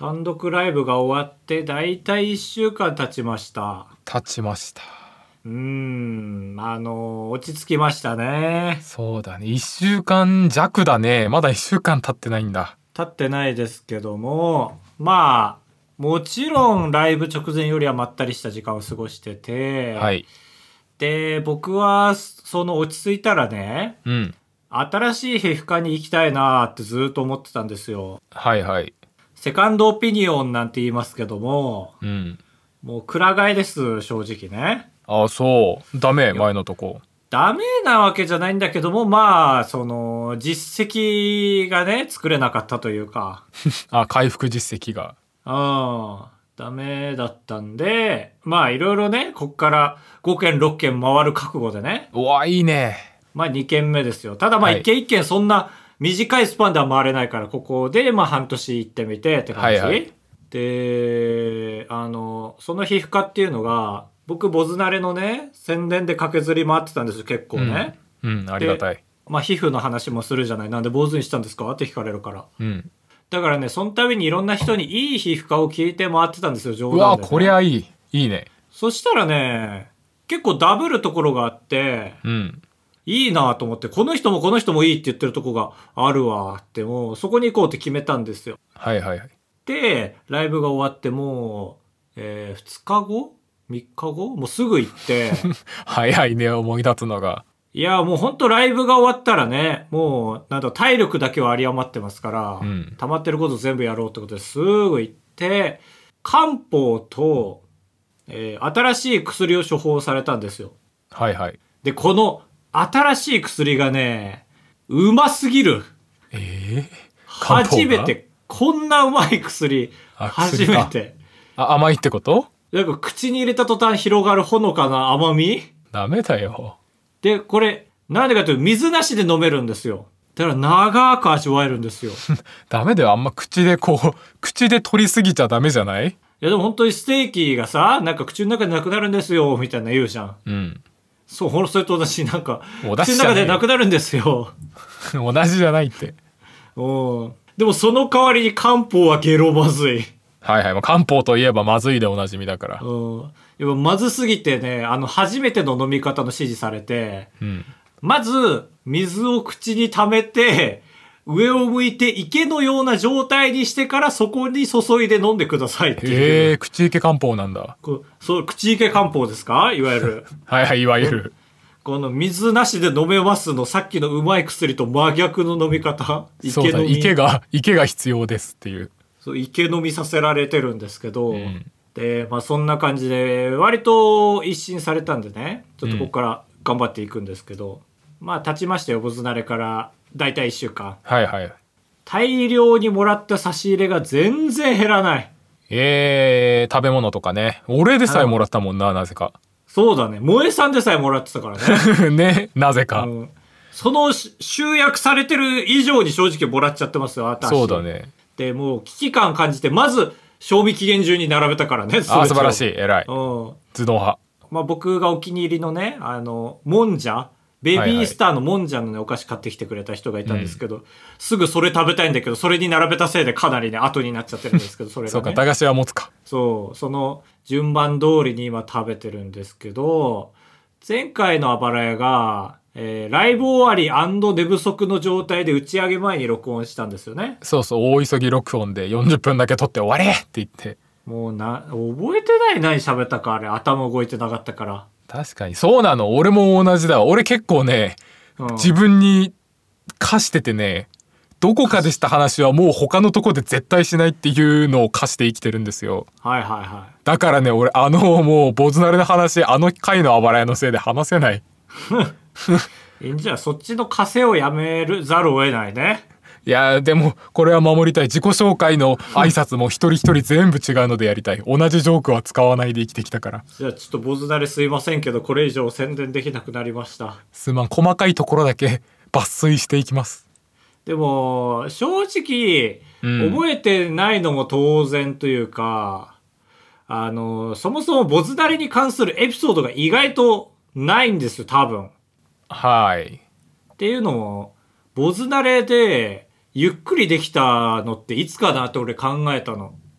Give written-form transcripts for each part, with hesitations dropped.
単独ライブが終わってだいたい1週間経ちました。 経ちました。 落ち着きましたね。 そうだね。1週間弱だね。まだ1週間経ってないんだ。 経ってないですけども、まあもちろんライブ直前よりはまったりした時間を過ごしてて、 はい。 で僕はその落ち着いたらね、 うん。 新しい皮膚科に行きたいなってずっと思ってたんですよ。 はいはい。 セカンドオピニオンなんて言いますけども、 うん。 もうくら替えです正直ね。 あ、そう。ダメ、前のとこ。 ダメなわけじゃないんだけども、まあその実績がね作れなかったというかあ、回復実績が。 ダメだったんで、まあいろいろね、こっから5件6件回る覚悟でね、 うわ、いいね。 まあ2件目ですよ。ただまあはい 1件1件そんな短いスパンでは回れないから、ここでまあ半年行ってみてって感じ。 はいはい。 で、その皮膚科っていうのが、僕ボズナレのね、宣伝で駆けずり回ってたんですよ、結構ね。 うん、ありがたい。 まあ皮膚の話もするじゃない。なんで坊主にしたんですかって聞かれるから。 うん。 だからね、その度にいろんな人にいい皮膚科を聞いて回ってたんですよ、冗うわ、 談でね。 こりゃいい。いいね。 そしたらね、結構ダブるところがあって、 うん。 いいなと思って、この人もこの人もいいって言ってるとこがあるわって、もうそこに行こうって決めたんですよ。 はいはいはい。 で、ライブが終わってもう、2日後 ?3 日後もうすぐ行って、 早いね、思い出すのが。 いや、もうほんとライブが終わったらね、もう、なんだ、体力だけは有り余ってますから、 うん。 溜まってること全部やろうってことですぐ行って、漢方と、新しい薬を処方されたんですよ。 はいはい。 で、この新しい薬がね、うますぎる。 漢方が初めて、こんなうまい薬、 あ、 初薬か。 めて。 あ、甘いってこと？ なんか口に入れた途端広がるほのかな甘みダメだよ。 で、これ、なんでかというと水なしで飲めるんですよ。だから長く味わえるんですよ。 ダメだよ。あんま口で口で取りすぎちゃダメじゃない？ いやでも本当にステーキがさ、なんか口の中でなくなるんですよ、みたいな言うじゃん。 うん。 そう、それと同じ、なんか、 同口の中じじゃないよ。 でなくなるんですよ。 同じじゃないって。 うん。でもその代わりに漢方はゲロまずい。 はいはい。もう漢方といえばまずいでおなじみだから。 うん。やっぱまずすぎてね、初めての飲み方の指示されて、 うん。 まず、水を口に溜めて、上を向いて池のような状態にしてからそこに注いで飲んでくださいっていう。 口池漢方なんだ。 そう、口池漢方ですかいわゆる。 はいはい、いわゆる。 この水なしで飲めますのさっきのうまい薬と真逆の飲み方。 そうだ、 飲み。 池が必要ですっていう。 そう、池飲みさせられてるんですけど、 うん。 で、まあそんな感じで、割と一新されたんでね、ちょっとここから頑張っていくんですけど、まあ経ちましたよ、ボズナレからだいたい1週間。 はいはい。 大量にもらった差し入れが全然減らない。 食べ物とかね。俺でさえもらったもんな、なぜか。 そうだね。萌えさんでさえもらってたからね。 ね、なぜか。 うん、その集約されてる以上に正直もらっちゃってますよ、私。 そうだね。 で、もう危機感感じて、まず、賞味期限順に並べたからね。 あ、素晴らしい。偉い。 うん。 頭脳派。 まあ僕がお気に入りのね、もんじゃベビースターのもんじゃのね、お菓子買ってきてくれた人がいたんですけど、すぐそれ食べたいんだけど、それに並べたせいでかなりね、後になっちゃってるんですけど、それがね。 そうか、駄菓子は持つか。 そう、その順番通りに今食べてるんですけど、前回のあばら屋が、ライブ終わり&寝不足の状態で打ち上げ前に録音したんですよね。 そうそう、大急ぎ録音で40分だけ撮って終われって言って。 もう覚えてない何喋ったかあれ、頭動いてなかったから。 確かに、そうなの。俺も同じだわ。俺結構ね、自分に課しててね、どこかでした話はもう他のとこで絶対しないっていうのを課して生きてるんですよ。 はいはいはい。 だからね、俺もうボズナレの話、回のあばら屋のせいで話せない。 いいんじゃ、そっちの枷をやめるざるを得ないね。 いやでもこれは守りたい。自己紹介の挨拶も一人一人全部違うのでやりたい。同じジョークは使わないで生きてきたから。 じゃあちょっとボズナレすいませんけど、これ以上宣伝できなくなりました。 すまん、細かいところだけ抜粋していきます。 でも正直、覚えてないのも当然というか、そもそもボズナレに関するエピソードが意外とないんですよ、多分。 はい。 っていうのも、ボズナレでゆっくりできたのっていつかなって俺考えたの。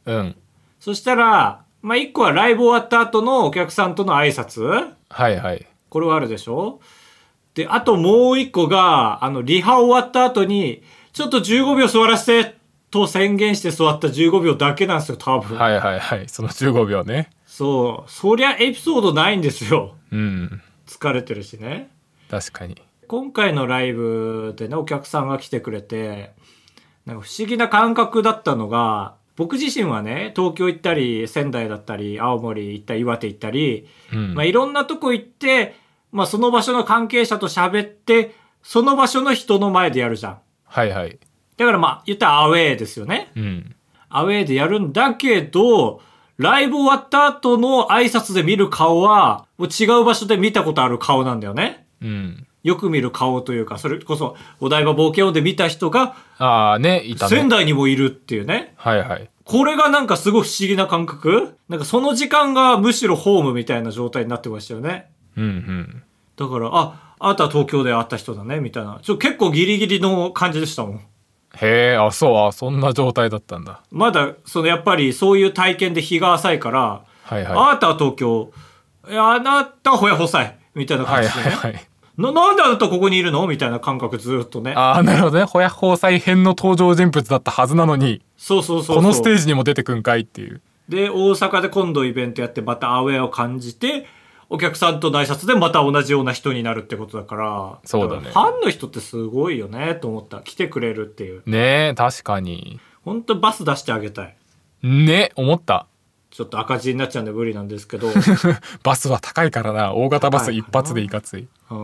うん。 そしたら、まあ、1個はライブ終わった後のお客さんとの挨拶。 はいはい。 これはあるでしょ。で、あともう1個が、リハ終わった後に、ちょっと15秒座らせて、と宣言して座った15秒だけなんですよ、多分。 はいはいはい。その15秒ね。 そう。そりゃエピソードないんですよ。 うん。 疲れてるしね。 確かに。 今回のライブでね、お客さんが来てくれて、なんか不思議な感覚だったのが、僕自身はね、東京行ったり、仙台だったり、青森行ったり、岩手行ったり、 うん。 まあいろんなとこ行って、まあその場所の関係者と喋って、その場所の人の前でやるじゃん。 はいはい。 だからまあ言ったらアウェーですよね。 うん。 アウェーでやるんだけど、ライブ終わった後の挨拶で見る顔は、もう違う場所で見たことある顔なんだよね。 うん。 よく見る顔というか、それこそお台場冒険王で見た人が、 ああね、いたね。 仙台にもいるっていうね。 はいはい。 これがなんかすごい不思議な感覚。なんかその時間がむしろホームみたいな状態になってましたよね。 うんうん。 だから、あなたは東京で会った人だね、みたいな。結構ギリギリの感じでしたもん。 へえ、あ、そう、あ、そんな状態だったんだ。 まだ、やっぱりそういう体験で日が浅いから、 はいはい。 あなたは東京、あなたはほやほさい、みたいなはい感じでね。 はいはい。 なんであなたここにいるのみたいな感覚ずっとね。 ああ、なるほどね。ほやほうさい編の登場人物だったはずなのに、 そうそうそうそう。 このステージにも出てくんかいっていう。 で、大阪で今度イベントやってまたアウェーを感じて、お客さんとの挨拶でまた同じような人になるってことだから、 そうだね。 ファンの人ってすごいよね、と思った。来てくれるっていう。 ねえ、確かに。 ほんとバス出してあげたい。 ね、思った。 ちょっと赤字になっちゃうんで無理なんですけど。 バスは高いからな。大型バス一発でいかつい。 うん。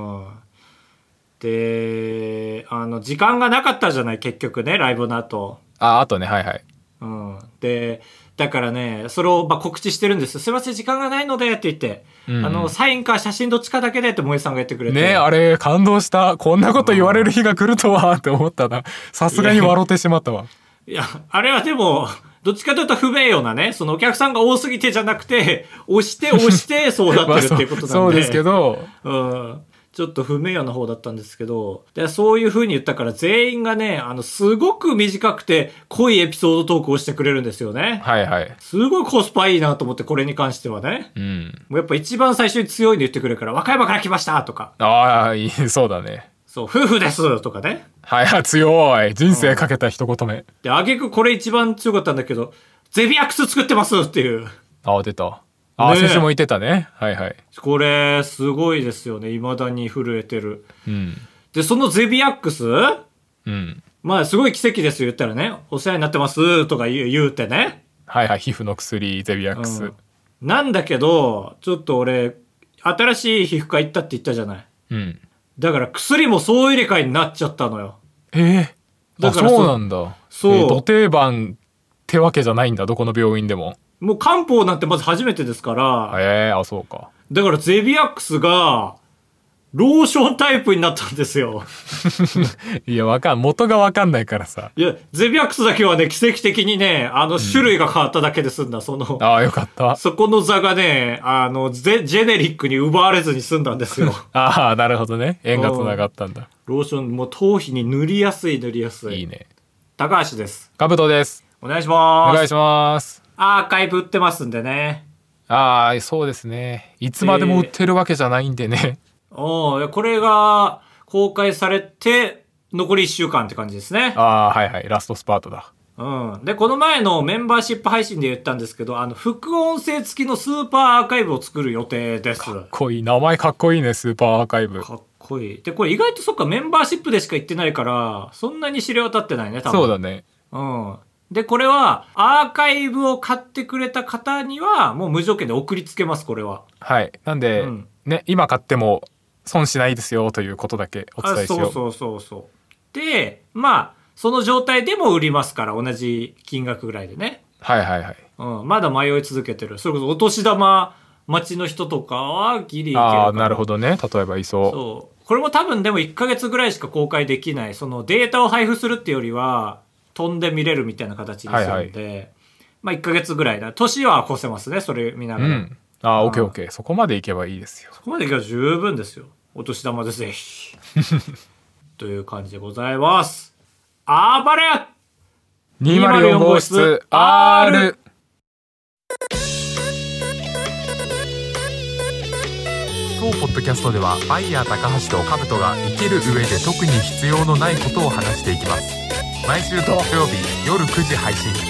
で、時間がなかったじゃない、結局ね、ライブの後。 あとね、はいはい。 うん。で、だからね、それを告知してるんです。すいません、時間がないので、って言って、 うんうん、 サインか写真どっちかだけでって萌えさんが言ってくれて。 ね、あれ、感動した。こんなこと言われる日が来るとは、って思ったな。さすがに笑ってしまったわ。 いや、あれはでも、どっちかというと不名誉なね、そのお客さんが多すぎてじゃなくて、押してそうなってるっていうことなんで。 そうですけど。 うん。ちょっと不名誉な方だったんですけど、でそういう風に言ったから全員がね、すごく短くて濃いエピソードトークをしてくれるんですよね。 はいはい。 すごいコスパいいなと思って、これに関してはね。 うん。 もうやっぱ一番最初に強いの言ってくれるから、和歌山から来ましたとか。 ああ、いい、そうだね。 そう、夫婦ですとかね。 はいはい、強い。人生かけた一言目。 で、挙句これ一番強かったんだけど、ゼビアックス作ってますっていう。 出た。先週も言ってたね。はいはい。 これ、すごいですよね。未だに震えてる。 うん。 で、そのゼビアックス、 うん。 まあ、すごい奇跡ですよ、言ったらね。お世話になってますとか言うてね。 はいはい、皮膚の薬、ゼビアックス。 なんだけど、ちょっと俺、新しい皮膚科行ったって言ったじゃない。 うん。 だから薬も総入れ替えになっちゃったのよ。 だからそうなんだ。そう。ド定番ってわけじゃないんだ、どこの病院でも。 もう漢方なんてまず初めてですから。 そうか。 だからゼビアックスが、ローションタイプになったんですよ。 いや、元がわかんないからさ。 いや、ゼビアックスだけはね、奇跡的にね、種類が変わっただけで済んだ、 よかった。 そこの座がね、ジェネリックに奪われずに済んだんですよ。 なるほどね。縁が繋がったんだ。 ローション、もう頭皮に塗りやすい。 いいね。 高橋です。 かぶとです。 お願いします。 お願いします。 アーカイブ売ってますんでね。 そうですね。いつまでも売ってるわけじゃないんでね。 これが公開されて残り1週間って感じですね。 はいはい。ラストスパートだ。 で、この前のメンバーシップ配信で言ったんですけど、副音声付きのスーパーアーカイブを作る予定です。 かっこいい。名前かっこいいね、スーパーアーカイブ。 かっこいい。で、これ意外とそっか、メンバーシップでしか言ってないから、そんなに知れ渡ってないね、多分。 そうだね。 で、これは、アーカイブを買ってくれた方には、もう無条件で送りつけます、これは。 はい。なんで、ね、今買っても損しないですよということだけお伝えしよう。 そう。で、まあ、その状態でも売りますから、同じ金額ぐらいでね。 はいはいはい。 まだ迷い続けてる。それこそお年玉待ちの人とかはギリいけるかな。 なるほどね。例えばいそう。 そう。これも多分でも1ヶ月ぐらいしか公開できない、そのデータを配布するっていうよりは、飛んで見れるみたいな形にするんで、まあ1ヶ月ぐらいだ。年は越せますね、それ見ながら。 オッケーオッケー。そこまでいけばいいですよ。 そこまでいけば十分ですよ。お年玉でぜひ。という感じでございます。あばれや !204 号室 R! ポッドキャストではバイヤー高橋とカブトが生きる上で特に必要のないことを話していきます。毎週土曜日夜9時配信。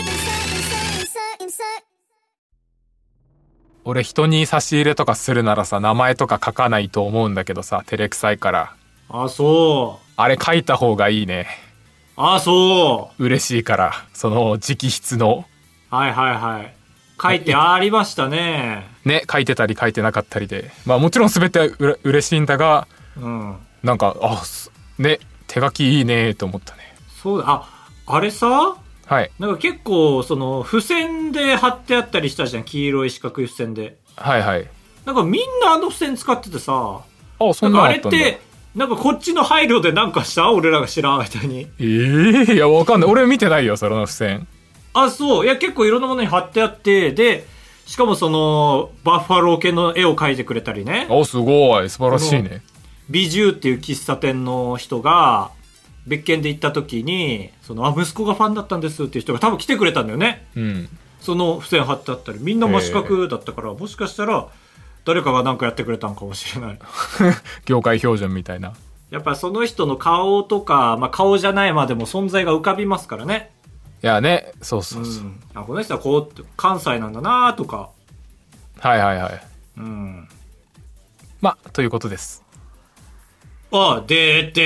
俺人に差し入れとかするならさ、名前とか書かないと思うんだけどさ、照れくさいから。 あ、そう。 あれ書いた方がいいね。 あ、そう。 嬉しいから、その直筆の。 はいはいはい。書いてありましたね。 ね、書いてたり書いてなかったりで。まあもちろん全て嬉しいんだが、 うん。 なんか、ね、手書きいいねと思ったね。 そうだ、あれさ、 はい。 なんか結構、その、付箋で貼ってあったりしたじゃん。黄色い四角い付箋で。 はいはい。 なんかみんなあの付箋使っててさ、 そんなのあったんだ。 あれって、なんかこっちの配慮でなんかした俺らが知らん間に。 いや、わかんない。俺見てないよ、その付箋。 あ、そう。いや、結構いろんなものに貼ってあって、で、しかもその、バッファロー系の絵を描いてくれたりね。 すごい。素晴らしいね。 美獣っていう喫茶店の人が、別件で行った時に、息子がファンだったんですっていう人が多分来てくれたんだよね。 うん。 その付箋貼ってあったり、みんな真四角だったから、もしかしたら、誰かが何かやってくれたんかもしれない。 業界標準みたいな。 やっぱその人の顔とか、まあ顔じゃないまでも存在が浮かびますからね。 いやね、そうそうそう。 この人はこう、関西なんだなとか。 はいはいはい。 うん。 まあ、ということです。 違う。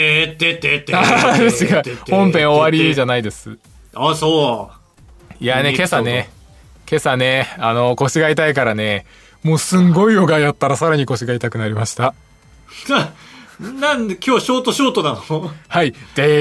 本編終わりじゃないです。 そう。 いやね、今朝ね、腰が痛いからね、もうすんごいヨガやったらさらに腰が痛くなりました。 なんで今日ショートなの？ はい。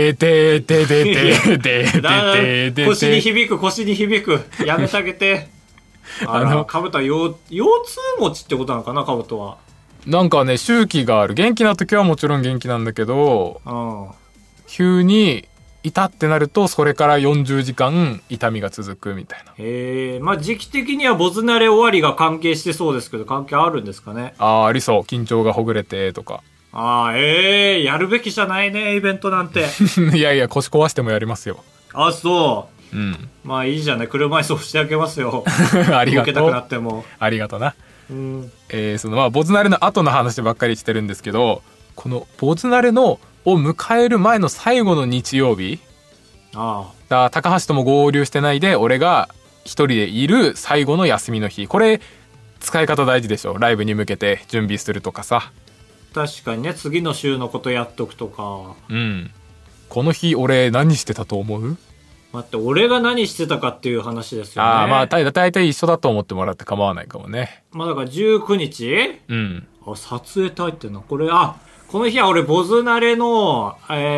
腰に響く。やめてあげて。カブトは腰痛持ちってことなのかな、カブトは。 なんかね、周期がある。元気な時はもちろん元気なんだけど、急に痛ってなるとそれから40時間痛みが続くみたいな。 まあ時期的にはボズ慣れ終わりが関係してそうですけど、関係あるんですかね。 ありそう。緊張がほぐれてとか。 やるべきじゃないね、イベントなんて。 いやいや、腰壊してもやりますよ。 そう。 うん。 まあいいじゃない、車椅子をしてあげますよ。 ありがとう。動けたくなっても。 ありがとうな。 うん。 ボズ慣れの後の話ばっかりしてるんですけど、このボズ慣れを迎える前の最後の日曜日、高橋とも合流してないで俺が一人でいる最後の休みの日、これ使い方大事でしょ。ライブに向けて準備するとかさ。 確かにね、次の週のことやっとくとか。 うん。この日俺何してたと思う？ 待って、俺が何してたかっていう話ですよね。 まあ大体一緒だと思ってもらって構わないかもね。 まあだから19日？ うん。 撮影隊ってのこれ、この日は俺ボズ慣れの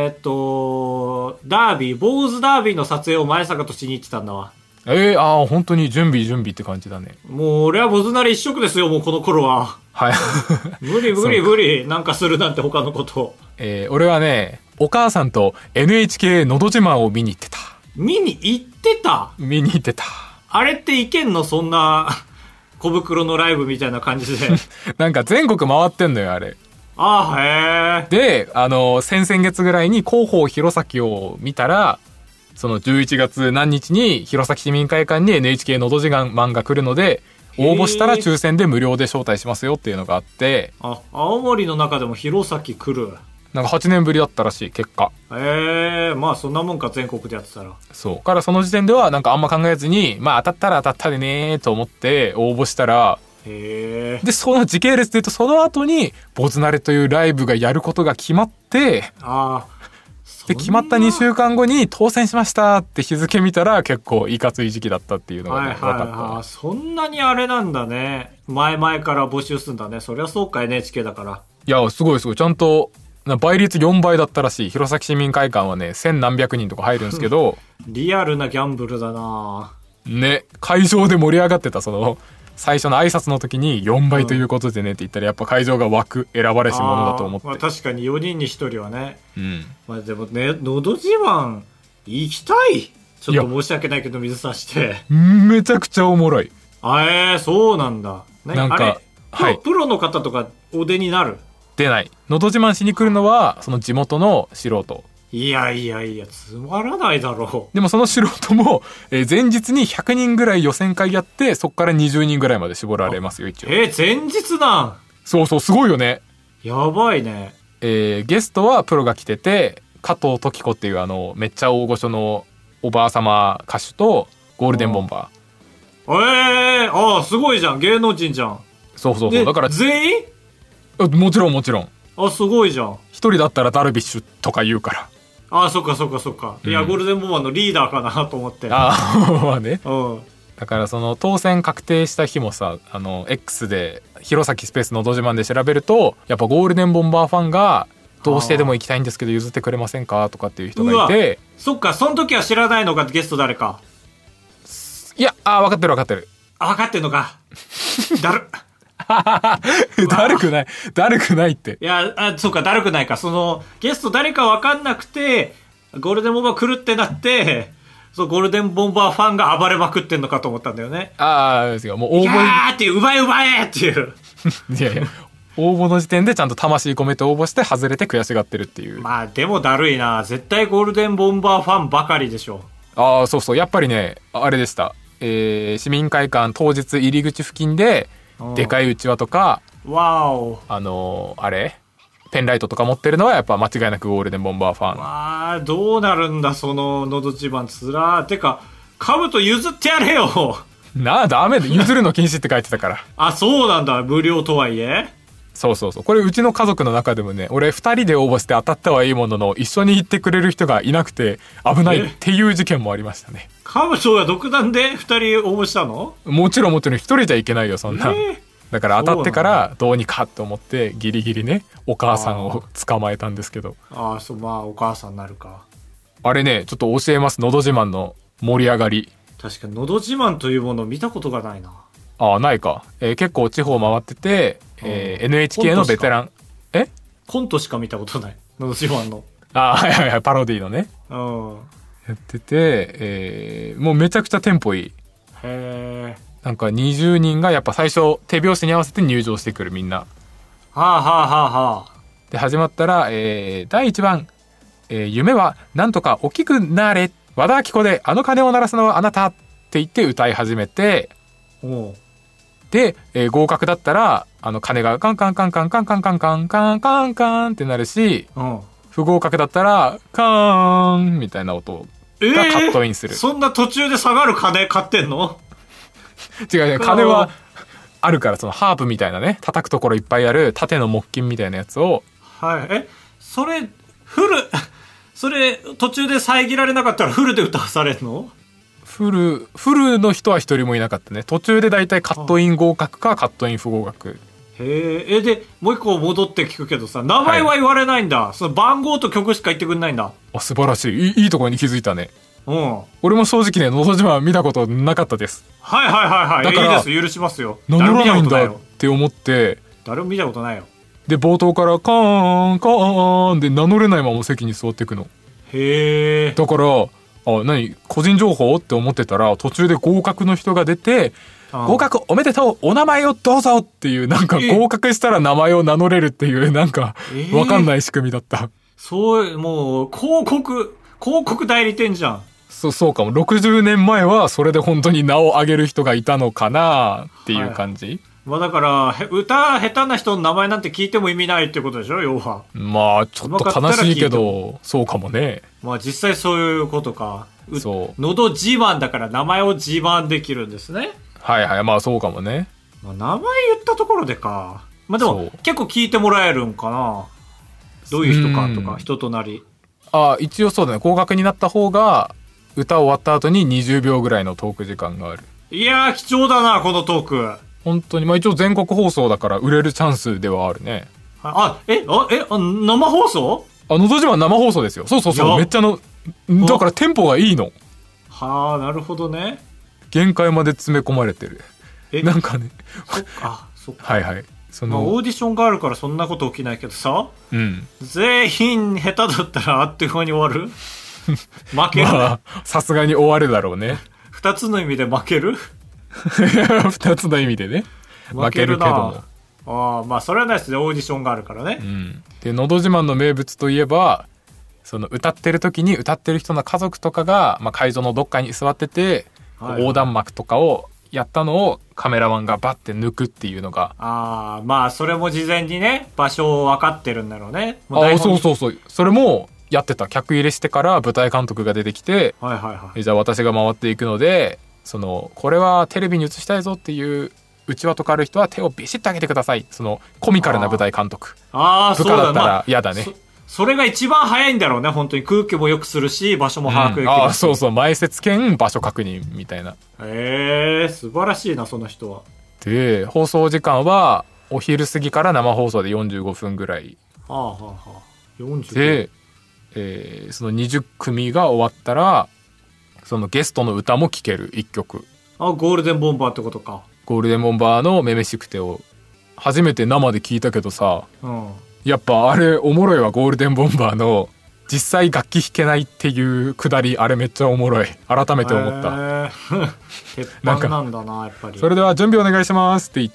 ダービー、坊主ダービーの撮影を前坂としに行ってたんだわ。 本当に準備って感じだね。 もう俺はボズ慣れ一色ですよ、もうこの頃は。 はい。 無理なんかするなんて他のこと。 俺はね、お母さんと NHK のど自慢を見に行ってた。 見に行ってた。あれって行けんの？そんな小袋のライブみたいな感じで。 なんか全国回ってんのよ、あれ。 へえ。 で、先々月ぐらいに広報弘前を見たら、その11月何日に弘前市民会館に NHK のど自慢が来るので、応募したら抽選で無料で招待しますよっていうのがあって。 青森の中でも弘前来る。 なんか8年ぶりだったらしい、結果。 まあそんなもんか、全国でやってたら。 そう。からその時点ではなんかあんま考えずに、まあ当たったら当たったでねーと思って応募したら、で、その時系列で言うとその後に、ボズ慣れというライブがやることが決まって、で、決まった2週間後に当選しましたって日付見たら結構いかつい時期だったっていうのがね、分かった。 そんなにあれなんだね。前々から募集するんだね。そりゃそうか、NHK だから。 いや、すごい。ちゃんと、倍率4倍だったらしい。弘前市民会館はね、千何百人とか入るんですけど。 リアルなギャンブルだなね、会場で盛り上がってた、最初の挨拶の時に4倍ということでねって言ったら、やっぱ会場が湧く、選ばれし者だと思って。 確かに4人に1人はね。 うん。 でもね、のど自慢、行きたい。ちょっと申し訳ないけど水さして。 めちゃくちゃおもろい。 そうなんだ。 なんか、 プロの方とかお出になる？ 出ない。のど自慢しに来るのは、その地元の素人。 いや、つまらないだろう。 でもその素人も、前日に100人ぐらい予選会やって、そこから20人ぐらいまで絞られますよ、一応。 前日なん？ そう、すごいよね。 やばいね。 ゲストはプロが来てて、加藤登紀子っていうめっちゃ大御所のおばあ様歌手とゴールデンボンバー。すごいじゃん、芸能人じゃん。 そうだから全員？ もちろんすごいじゃん。 一人だったらダルビッシュとか言うから。 そっか、いや、ゴールデンボンバーのリーダーかなと思って。 まあね。だからその当選確定した日もさ、X で弘前スペースのど自慢で調べると、やっぱゴールデンボンバーファンがどうしてでも行きたいんですけど譲ってくれませんかとかっていう人がいて。 そっか、その時は知らないのか、ゲスト誰か。 いや、分かってる。 分かってんのか。 だるくないって。 いや、そっか、だるくないか。そのゲスト誰か分かんなくてゴールデンボンバー来るってなって、ゴールデンボンバーファンが暴れまくってんのかと思ったんだよね。 ですよ、もう応募っていう、奪えっていう。 いや応募の時点でちゃんと魂込めて応募して外れて悔しがってるっていう。 まあでもだるいな。絶対ゴールデンボンバーファンばかりでしょ。 そうやっぱりね、あれでした。市民会館当日入り口付近ででかいうちわとか、あれペンライトとか持ってるのはやっぱ間違いなくゴールデンボンバーファン。 どうなるんだそののど自慢。つらてか兜譲ってやれよ。 ダメだ、譲るの禁止って書いてたから。 そうなんだ。無料とはいえ。 そうこれうちの家族の中でもね、俺2人で応募して当たったはいいものの一緒に行ってくれる人がいなくて危ないっていう事件もありましたね。 兜は独断で2人応募したの？ もちろん1人じゃいけないよそんな。だから当たってからどうにかと思ってギリギリねお母さんを捕まえたんですけど。 お母さんになるか。 あれね、ちょっと教えます。のど自慢の盛り上がり。 確かにのど自慢というものを見たことがないな。 ないか。結構地方回ってて、NHK のベテランコントしか見たことない。のど自慢のはいパロディのねやってて、もうめちゃくちゃテンポいい。なんか20人がやっぱ最初手拍子に合わせて入場してくるみんな。で始まったら、第1番、夢はなんとか大きくなれ和田アキ子であの鐘を鳴らすのはあなたって言って歌い始めて、で、合格だったら鐘がカンカンカンカンカンカンカンカンカンカンカンってなるし、不合格だったらカーンみたいな音がカットインする。 そんな途中で下がる鐘買ってんの？ 違う鐘はあるから、そのハープみたいなね叩くところいっぱいある縦の木琴みたいなやつを。 それ途中で遮られなかったらフルで歌わされるの？フルの人は一人もいなかったね。途中でだいたいカットイン合格かカットイン不合格。 でもう一個戻って聞くけどさ、名前は言われないんだ。その番号と曲しか言ってくんないんだ。 素晴らしい。いいところに気づいたね。俺も正直ねのど自慢見たことなかったです。 だからいいです、許しますよ。 名乗らないんだって思って。 誰も見たことないよ。 で冒頭からカーンカーンで名乗れないまま席に座っていくの。だから何個人情報って思ってたら途中で合格の人が出て、合格おめでとうお名前をどうぞっていう、なんか合格したら名前を名乗れるっていうなんかわかんない仕組みだった。 もう広告代理店じゃん。 そうかも。60年前はそれで本当に名を上げる人がいたのかなっていう感じ。 だから歌下手な人の名前なんて聞いても意味ないってことでしょ、要は。 ちょっと悲しいけどそうかもね。 実際そういうことか。のど自慢だから名前を自慢できるんですね。 そうかもね。 名前言ったところでか。でも結構聞いてもらえるんかな。どういう人かとか人となり。 一応そうだね。合格になった方が歌終わった後に20秒ぐらいのトーク時間がある。いやー貴重だなこのトーク。 本当に一応全国放送だから売れるチャンスではあるね。 生放送？ のど自慢生放送ですよ。そうめっちゃだからテンポがいいの。 なるほどね。 限界まで詰め込まれてる。なんかね。 そっか。 オーディションがあるからそんなこと起きないけどさ。全員下手だったらあっという間に終わる？負ける？ さすがに終わるだろうね。 2つの意味で負ける 2つの意味でね負けるけども。それはないですね。オーディションがあるからね。 でのど自慢の名物といえば、その歌ってる時に歌ってる人の家族とかが、会場のどっかに座ってて、横断幕とかをやったのをカメラマンがバッて抜くっていうのが。 ああ、まあそれも事前にね場所を分かってるんだろうね。 そうそうそう、それもやってた。客入れしてから舞台監督が出てきて、 はいはいはい、 じゃあ私が回っていくので、これはテレビに映したいぞっていう内輪とかある人は手をビシッと上げてください。コミカルな舞台監督。部下だったら嫌だね。 それが一番早いんだろうね。本当に空気も良くするし場所も把握できる、 ああそうそう、前説兼場所確認みたいな。 素晴らしいなその人は。 で放送時間はお昼過ぎから生放送で45分ぐらい、 45 で、その20組が終わったらそのゲストの歌も聴ける1曲。 ゴールデンボンバーってことか。 ゴールデンボンバーのめめしくてを初めて生で聞いたけどさ、やっぱあれおもろいわ。ゴールデンボンバーの実際楽器弾けないっていうくだり、あれめっちゃおもろい。改めて思った。 鉄板なんだなやっぱり。 それでは準備お願いしますって言って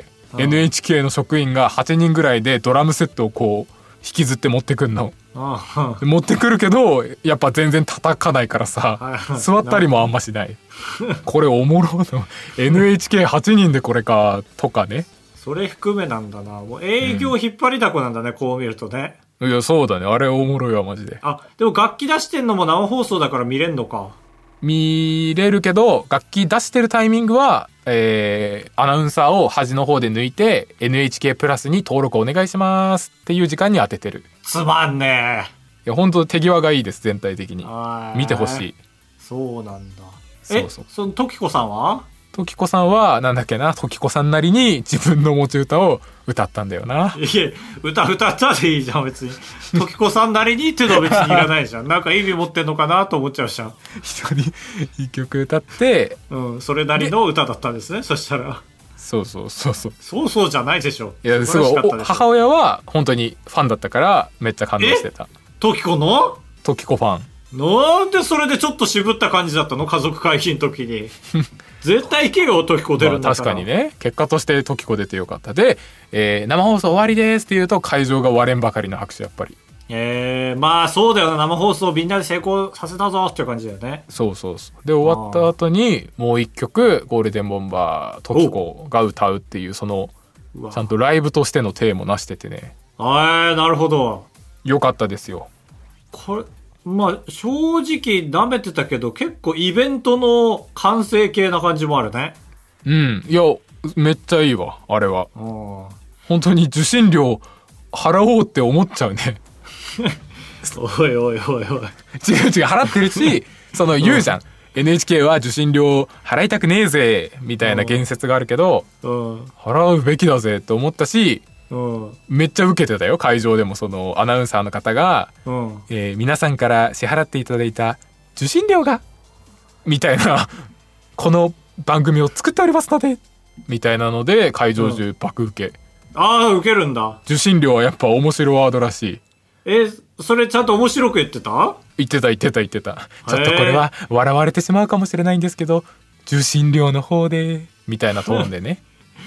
、NHK の職員が8人ぐらいでドラムセットをこう引きずって持ってくんの。持ってくるけどやっぱ全然叩かないからさ、座ったりもあんましない。これおもろの NHK8 人でこれかとかね。 それ含めなんだな。もう営業引っ張りだこなんだね、こう見るとね。 いやそうだね、あれおもろいわマジで。 でも楽器出してんのも生放送だから見れんのか。 見れるけど楽器出してるタイミングは、アナウンサーを端の方で抜いて NHK プラスに登録お願いしますっていう時間に当ててる。 つまんねえ。いや本当手際がいいです。全体的に見てほしい。 そうなんだ。 そうその時子さんは時子さんはなんだっけな、時子さんなりに自分の持ち歌を歌ったんだよな。 いや歌ったでいいじゃん別に。時子さんなりにっていうのは別にいらないじゃん。なんか意味持ってんのかなと思っちゃうじゃん。 一人一曲歌って、 それなりの歌だったんですね。そしたらそうじゃないでしょ。 いやすごい。母親は本当にファンだったからめっちゃ感動してた。 時子の時子ファン。 なんでそれでちょっと渋った感じだったの、家族会議の時に。絶対行けよ時子出るんだから。 確かにね、結果として時子出てよかった。で、生放送終わりですって言うと会場が割れんばかりの拍手。やっぱりまあそうだよな。生放送みんなで成功させたぞっていう感じだよね。 そうで終わった後にもう一曲ゴールデンボンバー時子が歌うっていう、ちゃんとライブとしてのテーマをなしててね。 なるほど。 よかったですよ。 これまあ正直舐めてたけど結構イベントの完成形な感じもあるね。 いやめっちゃいいわあれは。本当に受信料払おうって思っちゃうね。 おい違う払ってるし言うじゃん、NHK は受信料払いたくねえぜみたいな言説があるけど、払うべきだぜって思ったし、めっちゃ受けてたよ。会場でもアナウンサーの方が、皆さんから支払っていただいた受信料がみたいなこの番組を作っておりますのでみたいなので会場中爆受け。 受けるんだ。 受信料はやっぱ面白ワードらしい。 それちゃんと面白く言ってた？ 言ってた。ちょっとこれは笑われてしまうかもしれないんですけど受信料の方でみたいなトーンでね。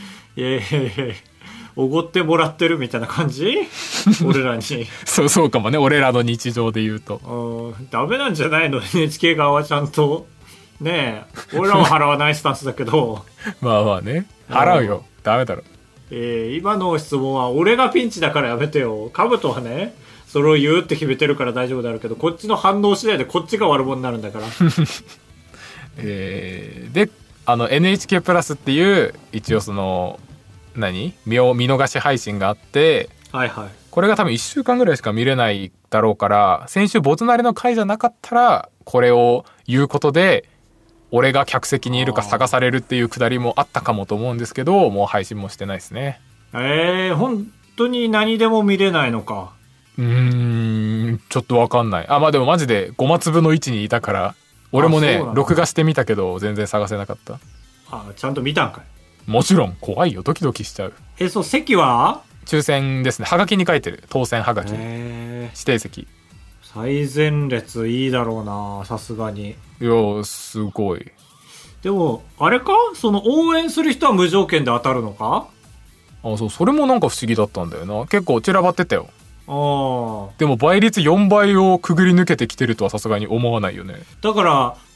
おごってもらってるみたいな感じ俺らに。 そうかもね。俺らの日常で言うとダメなんじゃないの？ NHK 側はちゃんとねえ。俺らは払わないスタンスだけど。 まあね、払うよ。ダメだろ。 今の質問は俺がピンチだからやめてよ。カブトはねそれを言うって決めてるから大丈夫であるけど、こっちの反応次第でこっちが悪者になるんだから。 でNHK プラスっていう一応見逃し配信があって、これが多分1週間ぐらいしか見れないだろうから、先週ボツなりの回じゃなかったらこれを言うことで俺が客席にいるか探されるっていうくだりもあったかもと思うんですけど、もう配信もしてないですね。 本当に何でも見れないのか。 ちょっとわかんない。でもマジで5松粒の位置にいたから俺もね録画してみたけど全然探せなかった。 ちゃんと見たんかい。 もちろん。怖いよ、ドキドキしちゃう。 席は抽選ですね。はがきに書いてる。当選はがき、指定席。 最前列いいだろうなさすがに。 いやすごい。 でもあれか、応援する人は無条件で当たるのか。 それもなんか不思議だったんだよな。結構散らばってたよ。 ああ。 でも倍率4倍をくぐり抜けてきてるとはさすがに思わないよね。 だから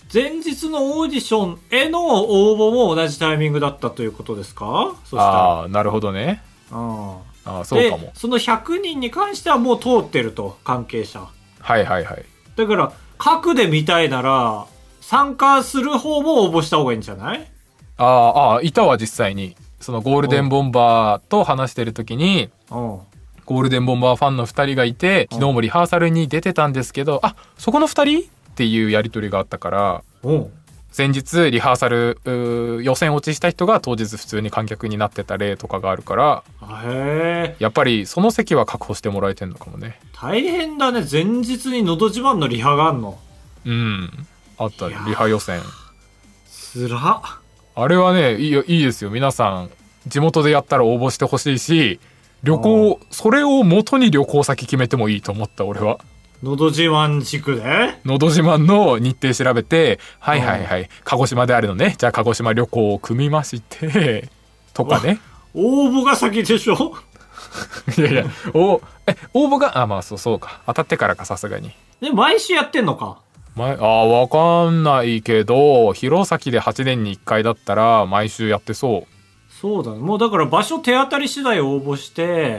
前日のオーディションへの応募も同じタイミングだったということですか？そしたら。 ああ、なるほどね。 ああ、そうかも。 で、その100人に関してはもう通ってると、関係者。 はいはいはい。 だから、核で見たいなら、参加する方も応募した方がいいんじゃない？ いたわ、実際に。そのゴールデンボンバーと話してる時に、ゴールデンボンバーファンの2人がいて、昨日もリハーサルに出てたんですけど、あ、そこの2人っていうやり取りがあったから、前日リハーサル予選落ちした人が当日普通に観客になってた例とかがあるから、やっぱりその席は確保してもらえてんのかもね。 大変だね。前日にのど自慢のリハがあんの。 うん、あったリハ予選。 つら。 あれはね、いいですよ。皆さん地元でやったら応募してほしいし、旅行それを元に旅行先決めてもいいと思った。俺はのど自慢地区でのど自慢の日程調べて、はいはいはい、鹿児島であるのね、じゃあ鹿児島旅行を組みましてとかね。 応募が先でしょいやいや、応募が、まあそうか、当たってからか、さすがに。 で、毎週やってんのか。 わかんないけど、弘前で8年に1回だったら毎週やってそう。 そうだね。もうだから場所手当たり次第応募して、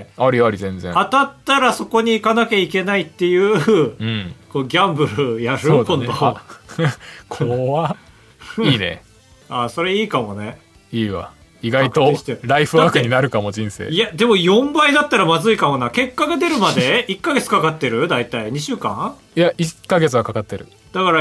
ありあり全然。 当たったらそこに行かなきゃいけないっていう、こうギャンブルやる、今度は。 怖っ。いいね。 それいいかもね。 いいわ。意外とライフワークになるかも、人生。 いや、でも4倍だったらまずいかもな。結果が出るまで1ヶ月かかってる？大体2週間？ いや、1ヶ月はかかってる。 だから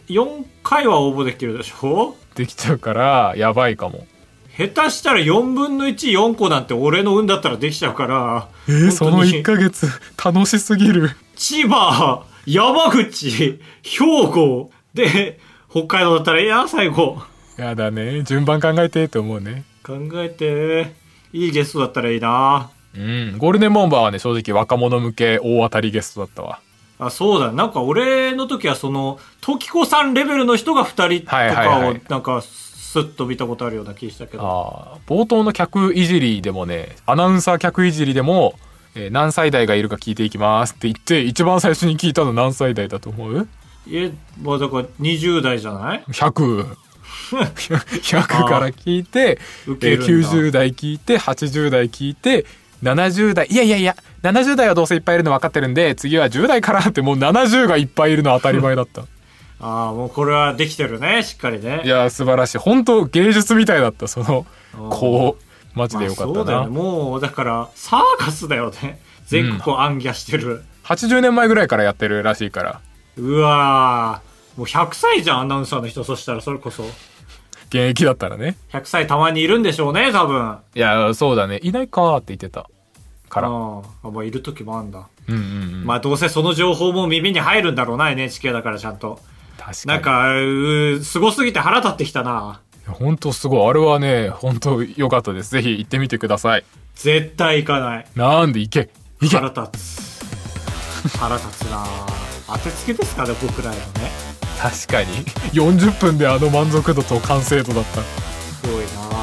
4回は応募できるでしょ？ できちゃうからやばいかも。 下手したら4分の14個なんて俺の運だったらできちゃうから。 その1ヶ月楽しすぎる。 千葉、山口、兵庫で北海道だったらいや最後。 やだね、順番考えてって思うね。 考えて、いいゲストだったらいいな。 ゴールデンボンバーはね、正直若者向け大当たりゲストだったわ。 そうだ。なんか俺の時はその時子さんレベルの人が2人とかをなんかスッと見たことあるような気したけど、 冒頭の客いじりでもね、アナウンサー客いじりでも、何歳代がいるか聞いていきますって言って、一番最初に聞いたの何歳代だと思う？ まあだから20代じゃない？ 100 から聞いて、90代聞いて、80代聞いて、70代、いや70代はどうせいっぱいいるの分かってるんで、次は10代からって、もう70がいっぱいいるの当たり前だったもうこれはできてるね、しっかりね。 いや素晴らしい。本当芸術みたいだった。そのマジでよかったな。 そうだよね。もうだからサーカスだよね。全国を暗記してる、 80年前ぐらいからやってるらしいから。 うわー、もう100歳じゃん、アナウンサーの人。そしたらそれこそ現役だったらね。 100歳たまにいるんでしょうね、多分。 いやそうだね、いないかって言ってたからまあいる時もあるんだ。 まあどうせその情報も耳に入るんだろうな、 NHK だからちゃんと。 確かになんかすごすぎて腹立ってきたな。 本当すごい。あれはね、本当良かったです。ぜひ行ってみてください。 絶対行かない。 なんで行け腹立つ腹立つな。当てつけですかね、僕らへのね。 確かに40分であの満足度と完成度だった。 すごいな。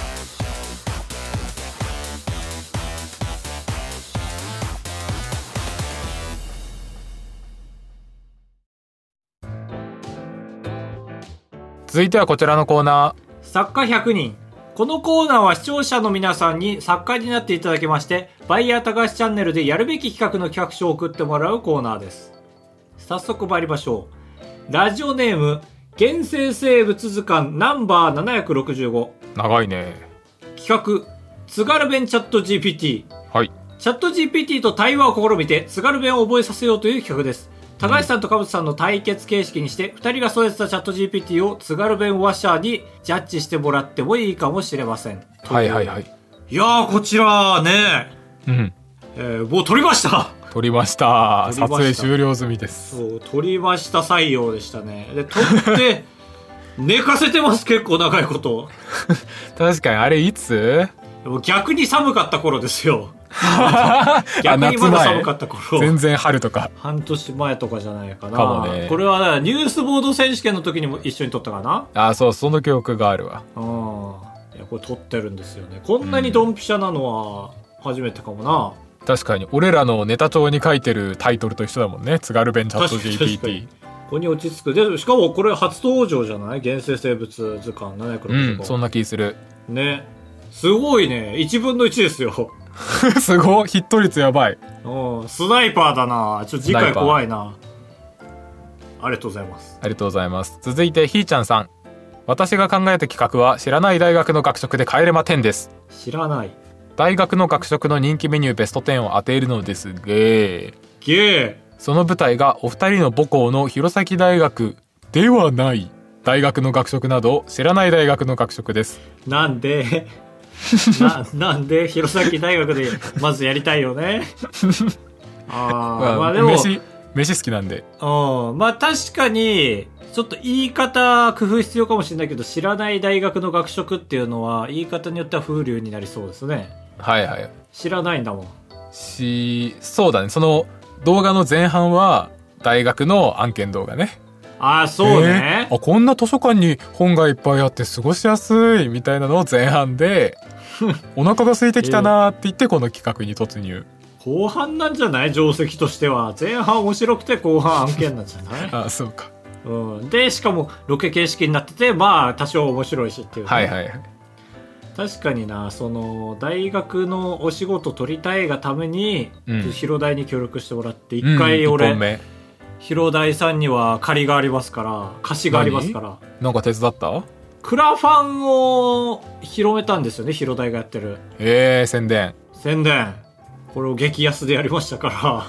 続いてはこちらのコーナー、 作家100人。このコーナーは視聴者の皆さんに作家になっていただきまして、バイヤー高橋チャンネルでやるべき企画の企画書を送ってもらうコーナーです。早速参りましょう。ラジオネーム原生生物図鑑ナンバー765。 長いね。 企画、津軽弁チャット GPT。 はい。 チャット GPT と対話を試みて津軽弁を覚えさせようという企画です。高橋さんとかぶつさんの対決形式にして、2人が育てたチャット GPT を津軽弁ワッシャーにジャッジしてもらってもいいかもしれません。 はいはいはい。 いやー、こちらね、もう撮りました。 撮りました。撮影終了済みです。 そう、撮りました。採用でしたね。で、撮って寝かせてます、結構長いこと。 確かに。あれいつ？ でも逆に寒かった頃ですよ。逆にまだ寒かった頃。 全然春とか半年前とかじゃないかな。 かもね。 これはニュースボード選手権の時にも一緒に撮ったかな。 そう、その記憶があるわ。 いや、これ撮ってるんですよね。こんなにドンピシャなのは初めてかもな。 確かに俺らのネタ帳に書いてるタイトルと一緒だもんね。津軽弁チャット GPT。 こに落ち着く。で、しかもこれ初登場じゃない？現世生物図鑑765。 そんな気する。 ね。すごいね。1分の1ですよ。 すごい。ヒット率やばい。 スナイパーだな。ちょっと次回怖いな。ありがとうございます。 ありがとうございます。続いてひーちゃんさん。私が考えた企画は知らない大学の学食で帰れま10です。 知らない。 大学の学食の人気メニューベスト10を当てるのですが、その舞台がお二人の母校の弘前大学ではない大学の学食など知らない大学の学食です。 なんでなんで弘前大学でまずやりたいよね。まあでも飯好きなんで。 まあ確かにちょっと言い方工夫必要かもしれないけど、知らない大学の学食っていうのは言い方によっては風流になりそうですね。 はいはい。 知らないんだもん。 そうだね。その動画の前半は大学の案件動画ね。 そうね。 こんな図書館に本がいっぱいあって過ごしやすいみたいなのを前半でお腹が空いてきたなって言ってこの企画に突入。 後半なんじゃない？定石としては前半面白くて後半案件なんじゃない？ そうか。 でしかもロケ形式になってて、まあ多少面白いしっていう、ね。 はいはいはい。 確かにな、その大学のお仕事取りたいがために、広大に協力してもらって一回俺、広大さんには借りがありますから、貸しがありますから。 なんか手伝った？ クラファンを広めたんですよね、広大がやってる。 宣伝。 これを激安でやりましたから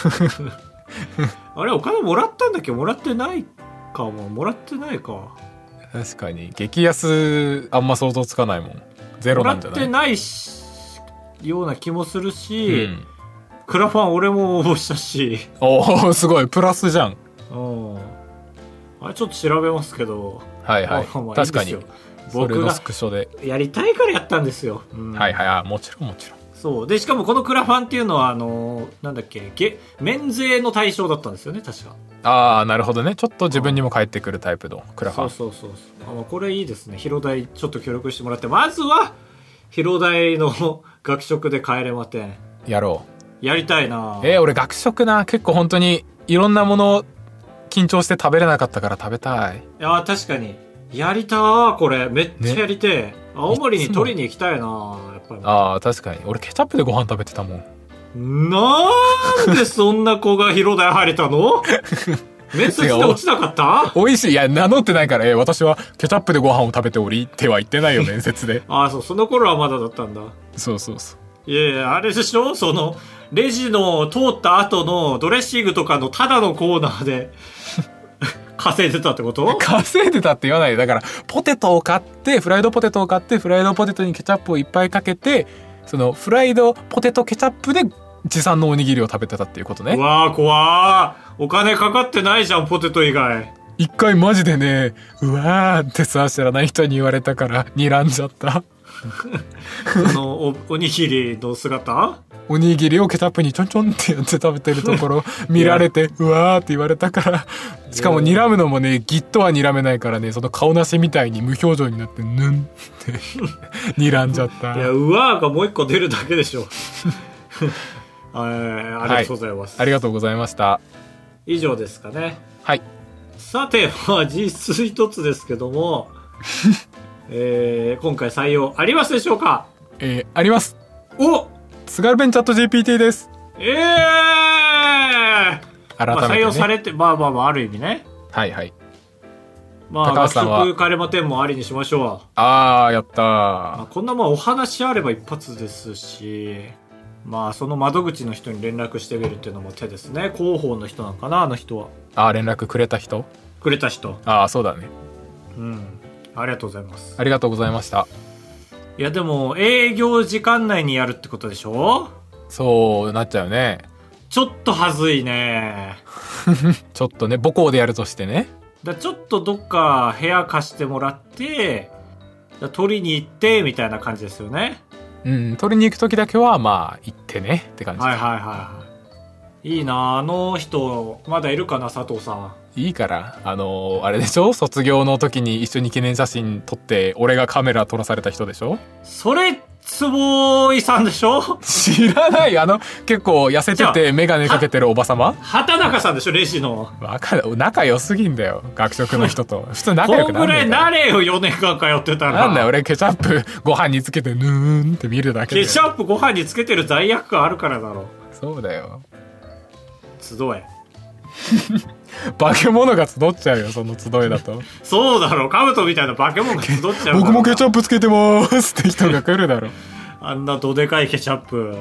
あれお金もらったんだっけ？もらってないかも。もらってないか。 確かに激安あんま想像つかないもん。ゼロなんじゃない？ もらってないような気もするし、クラファン俺も応募したし。 すごいプラスじゃん。 あれちょっと調べますけど。 はいはい。確かに僕がやりたいからやったんですよ。 はいはい。もちろん。 そうで、しかもこのクラファンっていうのはなんだっけ、免税の対象だったんですよね、確か。 なるほどね。ちょっと自分にも返ってくるタイプのクラファン。 そうこれいいですね。広大ちょっと協力してもらって、まずは広大の学食で帰れまてんやろう。やりたいな。 俺学食な、結構本当にいろんなもの緊張して食べれなかったから食べたい。 いや確かにやりたー。これめっちゃやりてえ、青森に取りに行きたいな。やっぱり確かに俺ケチャップでご飯食べてたもん。 なんでそんな子が広大入れたの？面接で落ちなかった？ 美味しい。いや名乗ってないから、私はケチャップでご飯を食べておりっては言ってないよ面接で。 その頃はまだだったんだ。 そういやあれでしょ、そのレジの通った後のドレッシングとかのただのコーナーで稼いでたってこと？ 稼いでたって言わないで。だからポテトを買ってフライドポテトを買ってフライドポテトにケチャップをいっぱいかけて、そのフライドポテトケチャップで持参のおにぎりを食べてたっていうことね。 うわー怖ー。お金かかってないじゃんポテト以外。 一回マジでね、うわーってさ、知らない人に言われたから睨んじゃったその おにぎりの姿、 おにぎりをケチャップにちょんちょんってやって食べてるところ見られてうわーって言われたから。しかも睨むのもね、ぎっとは睨めないからね、その顔なしみたいに無表情になってぬんって睨んじゃった。 いやうわーがもう一個出るだけでしょありがとうございます、 ありがとうございました。 以上ですかね。 はい。 さて実質一つですけども今回採用ありますでしょうか？ あります。津軽弁チャット GPT です。改めて、ね、 採用されて、ある意味ね。 はいはい。 学食カレマ10もありにしましょう。 やったー。 こんなお話あれば一発ですし、その窓口の人に連絡してみるっていうのも手ですね。広報の人なのかな、あの人は。 連絡くれた人。 そうだね。ありがとうございます。 ありがとうございました。 いやでも営業時間内にやるってことでしょ？ そうなっちゃうね。 ちょっとはずいねちょっとね、母校でやるとしてね。 ちょっとどっか部屋貸してもらって取りに行ってみたいな感じですよね。 取りに行く時だけは行ってねって感じ。 いいな。あの人まだいるかな、佐藤さん。 いいからあれでしょ、卒業の時に一緒に記念写真撮って俺がカメラ撮らされた人でしょ。 それ坪井さんでしょ？ 知らない。結構痩せててメガネかけてるおばさま。 畑中さんでしょ、レジの。 仲良すぎんだよ、学食の人と。普通仲良くなんねえこんぐらいなれよ、4年間通ってたら。 なんだよ、俺ケチャップご飯につけてぬーんって見るだけで。 ケチャップご飯につけてる罪悪感あるからだろ。 そうだよ。 集え。 化け物が集っちゃうよ、その集えだと。 そうだろ、カブトみたいな化け物が集っちゃうから。 僕もケチャップつけてますって人が来るだろ。 あんなどでかいケチャップ。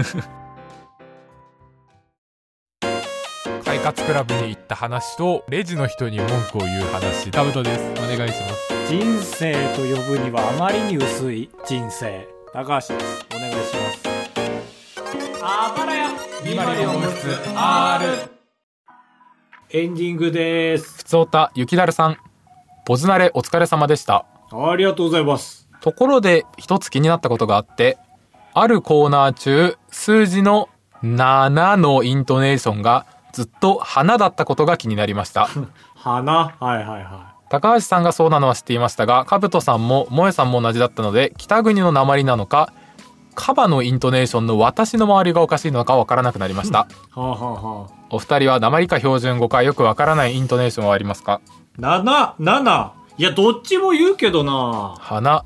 快活クラブに行った話とレジの人に文句を言う話。カブトです。お願いします。 人生と呼ぶにはあまりに薄い人生。高橋です。お願いします。あばらや204号室 R。エンディングです。 ふつおたゆきだるさん、ポズナレお疲れ様でした。 ありがとうございます。 ところで一つ気になったことがあって、あるコーナー中数字の7のイントネーションがずっと花だったことが気になりました。 花、はいはいはい。 高橋さんがそうなのは知っていましたが、かぶとさんも萌さんも同じだったので、北国の訛りなのかカバのイントネーションの私の周りがおかしいのかわからなくなりました。 はあはあはあ。 お二人は訛りか標準語かよくわからないイントネーションはありますか ？7。いや、どっちも言うけどな。 7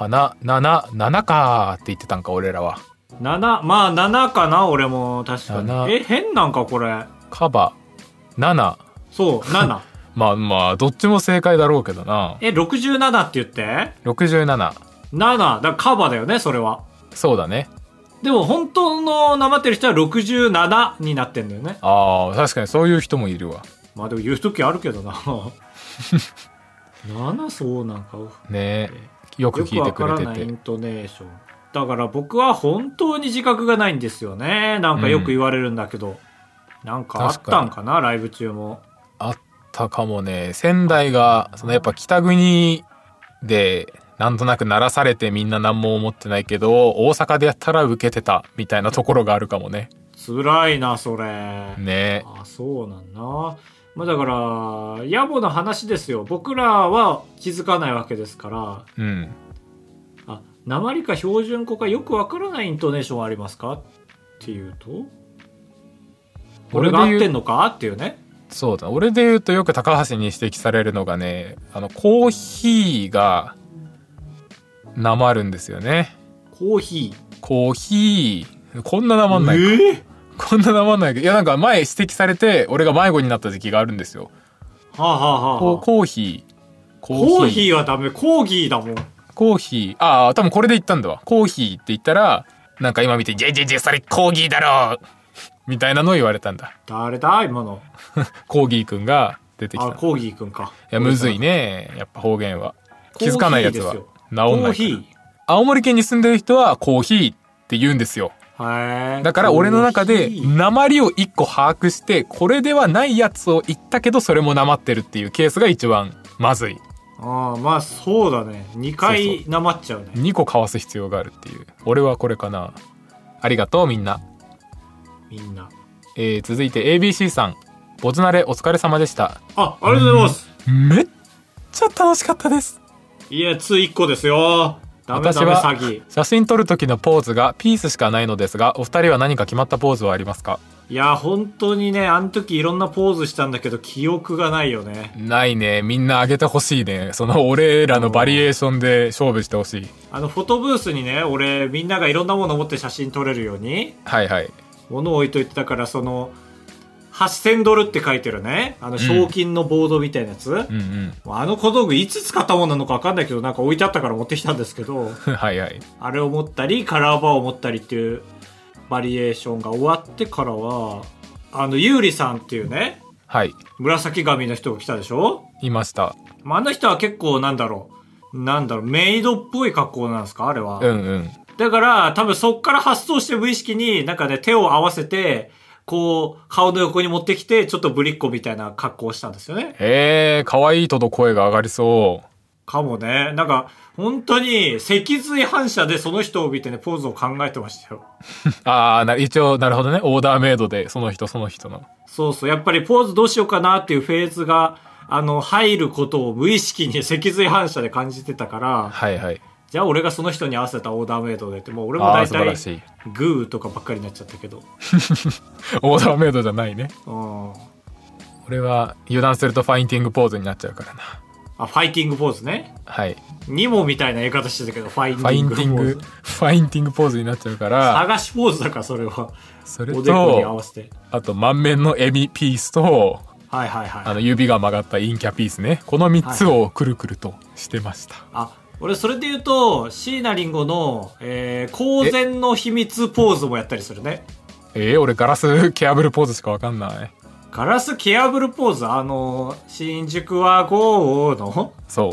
かーって言ってたんか、俺らは。 7、まあ7かな、俺も確かに。変なんかこれ。 カバ、7。 そう、7。 まあ、どっちも正解だろうけどな。 67って言って ?67。 7。だからカバだよね、それは。 そうだね。 でも本当のなまってる人は67になってんだよね。 ああ、確かにそういう人もいるわ。 まあでも言う時あるけどな。7そうなんかねえ、よく聞いてくれてて。よくわからないイントネーション。だから僕は本当に自覚がないんですよね。なんかよく言われるんだけど。なんかあったんかな、ライブ中も。 あったかもね。仙台が、やっぱ北国で、なんとなく鳴らされてみんな何も思ってないけど、大阪でやったら受けてたみたいなところがあるかもね。 辛いな、それ。 ね。 あ、そうなんな。まあだから、野暮な話ですよ。僕らは気づかないわけですから。 うん。 あ、訛りか標準語かよくわからないイントネーションはありますかっていうと、俺が合ってんのかっていうね。 そうだ。俺で言うとよく高橋に指摘されるのがね、コーヒーが、なまるんですよね。 コーヒーこんななまんないか、こんななまんないけど、いや、なんか前指摘されて俺が迷子になった時期があるんですよ。 はあはあはあ。 コーヒーはダメ。コーギーだもん。 コーヒー、多分これで言ったんだわ。コーヒーって言ったら、なんか今見てジェそれコーギーだろみたいなのを言われたんだ。 誰だ今の。 コーギーくんが出てきた。 コーギーくんか。 いや、むずいね、やっぱ方言は。気づかないやつは治んないから。青森県に住んでる人はコーヒーって言うんですよ。だから俺の中で訛を一個把握して、これではないやつを言ったけどそれも訛ってるっていうケースが一番まずい。 ああ、まあそうだね。2回訛っちゃうね。 2個かわす必要があるっていう。俺はこれかな。ありがとうみんな。続いて ABC さん、ボズナレお疲れ様でした。 ありがとうございます。 めっちゃ楽しかったです。 いや、1個ですよ。 私は写真撮る時のポーズがピースしかないのですが、お二人は何か決まったポーズはありますか？ いや、本当にね、あの時いろんなポーズしたんだけど記憶がないよね。 ないね。みんな上げてほしいね。俺らのバリエーションで勝負してほしい。 フォトブースにね、俺みんながいろんなものを持って写真撮れるように、 はいはい、 物を置いといてたから、$8000ドルって書いてるね、賞金のボードみたいなやつ、小道具いつ使ったものなのか分かんないけど、なんか置いてあったから持ってきたんですけどはいはい、 あれを持ったりカラーバーを持ったりっていうバリエーションが終わってからは、ゆうりさんっていうね、 はい、 紫髪の人が来たでしょ。 いました。 あの人は結構なんだろう、メイドっぽい格好なんですか、あれは。だから多分そっから発想して無意識になんかね、手を合わせてこう顔の横に持ってきて、ちょっとぶりっ子みたいな格好をしたんですよね。 可愛いとの声が上がりそうかもね。なんか本当に脊髄反射でその人を見てね、ポーズを考えてましたよ。 一応なるほどね、オーダーメイドでその人の。 そうそう、やっぱりポーズどうしようかなっていうフェーズが入ることを無意識に脊髄反射で感じてたから、 はいはい、 じゃあ俺がその人に合わせたオーダーメイドでって、もう俺も大体グーとかばっかりになっちゃったけどオーダーメイドじゃないね。 うん、 俺は油断するとファインティングポーズになっちゃうからな。 あ、ファイティングポーズね。 はい。 ニモみたいな言い方してたけど、ファインティングポーズ。 ファインティングポーズになっちゃうから。 探しポーズだから、それは。 それと、 おでこに合わせて。 あと、満面の笑みピースと、 はいはいはい。 指が曲がった陰キャピースね。この3つをくるくるとしてました。 あ、俺それで言うと、椎名林檎の、公然の秘密ポーズもやったりするね。 俺ガラスケアブルポーズしかわかんない。 ガラスケアブルポーズ、新宿は豪雨のそう。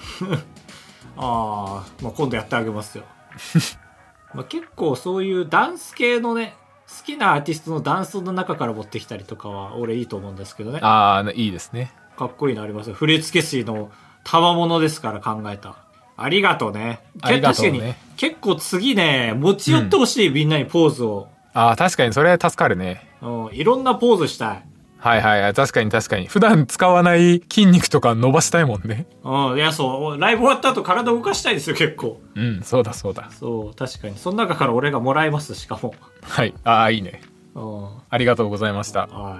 まあ、今度やってあげますよ。まあ結構そういうダンス系のね、好きなアーティストのダンスの中から持ってきたりとかは俺いいと思うんですけどね。 いいですね。 かっこいいのありますよ。振付師の賜物ですから考えた。ありがとうね。確かに結構次ね、持ち寄ってほしい、みんなにポーズを。 確かにそれ助かるね。 いろんなポーズしたい。 はいはい、確かに確かに。普段使わない筋肉とか伸ばしたいもんね。 いや、そう。ライブ終わった後体動かしたいですよ、結構。 うん、そうだそうだ。 そう、確かに。その中から俺がもらいます、しかも。 はい。いいね。ありがとうございました。 はい。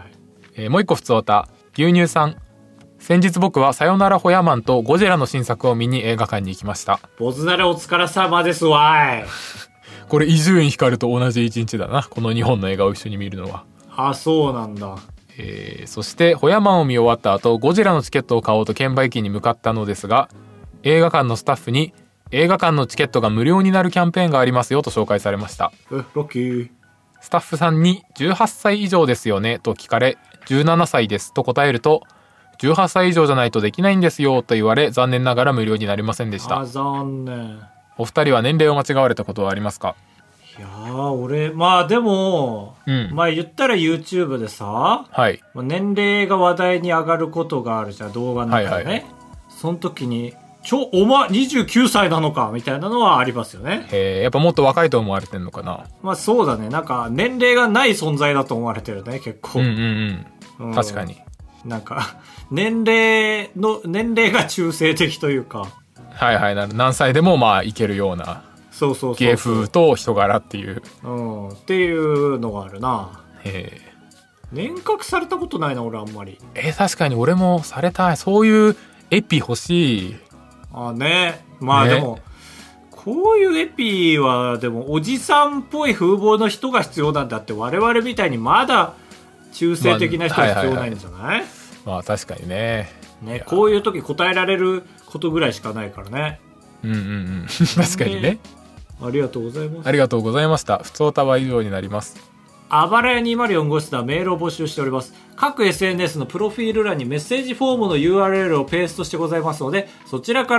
もう一個ふつおた。牛乳さん。先日僕はさよならホヤマンとゴジラの新作を見に映画館に行きました。 ボズナレお疲れ様ですわい。 これ伊集院光と同じ一日だな。この2本の映画を一緒に見るのは。 あ、そうなんだ。 そしてホヤマンを見終わった後、ゴジラのチケットを買おうと券売機に向かったのですが、映画館のスタッフに映画館のチケットが無料になるキャンペーンがありますよと紹介されました。 ロッキー。 スタッフさんに18歳以上ですよねと聞かれ、17歳ですと答えると、18歳以上じゃないとできないんですよと言われ、残念ながら無料になりませんでした。 残念。 お二人は年齢を間違われたことはありますか？ いやー、俺、まあでも、まあ言ったら YouTube でさ、年齢が話題に上がることがあるじゃん、動画の中でね。その時に、お前29歳なのかみたいなのはありますよね。 やっぱもっと若いと思われてんのかな。 まあそうだね。なんか、年齢がない存在だと思われてるね、結構。 確かに。 なんか、年齢が中性的というか。 何歳でもまあいけるような。 そう芸風と人柄っていう。 っていうのがあるな。年賀されたことないな、俺あんまり。 確かに俺もされたい。そういうエピ欲しい。 ね。まあでも、こういうエピは、でも、おじさんっぽい風貌の人が必要なんだって、我々みたいにまだ中性的な人が必要ないんじゃない？ まあ確かにね。 こういう時答えられることぐらいしかないからね。 確かにね。 ありがとうございます。 ありがとうございました。ふつおたは以上になります。 あばらや204号室ではメールを募集しております。各 SNS のプロフィール欄にメッセージフォームの URL をペーストしてございますので、そちらから、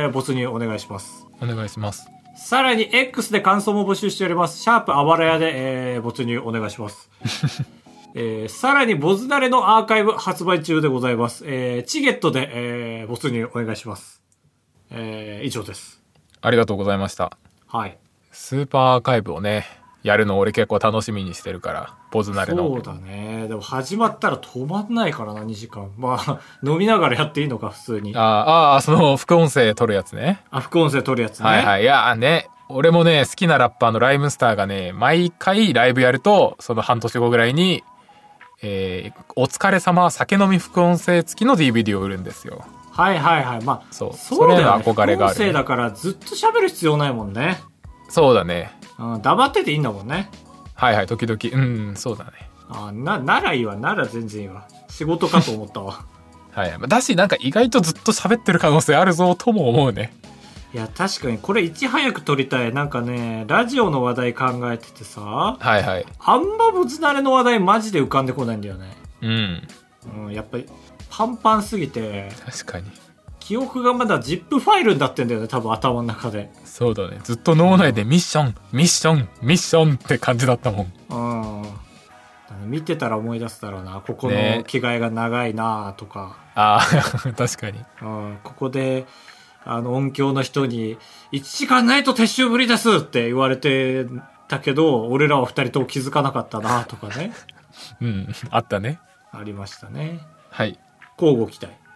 没入お願いします。 お願いします。 さらに X で感想も募集しております。シャープあばらやで、没入お願いします。さらにボズナレのアーカイブ発売中でございます。チゲットで、没入お願いします。以上です。 ありがとうございました。 はい。 スーパーアーカイブをね、やるの俺結構楽しみにしてるから、ボズナレの。 そうだね。でも始まったら止まんないからな、2時間。まあ、飲みながらやっていいのか、普通に。 その副音声撮るやつね。 副音声撮るやつね。 いやね、俺もね、好きなラッパーのライムスターがね、毎回ライブやると、その半年後ぐらいに、お疲れ様酒飲み副音声付きの DVD を売るんですよ。 まあ、 それへの憧れがある、 副音声だからずっと喋る必要ないもんね。 そうだね。 黙ってていいんだもんね。 時々。そうだね。 ならいいわ。なら全然いいわ。仕事かと思ったわ。 だし、なんか意外とずっと喋ってる可能性あるぞとも思うね。 いや、確かにこれいち早く撮りたい。なんかね、ラジオの話題考えててさ。あんまボズナレの話題マジで浮かんでこないんだよね。やっぱりパンパンすぎて。 確かに。 記憶がまだ ZIP ファイルになってんだよね、多分頭の中で。 そうだね。ずっと脳内でミッションって感じだったもん。 見てたら思い出すだろうな。ここの着替えが長いなとか。 確かに。 ここで、音響の人に、1時間ないと撤収無理ですって言われてたけど、俺らは2人とも気づかなかったなとかね。 あったね。 ありましたね。 はい。 交互期待。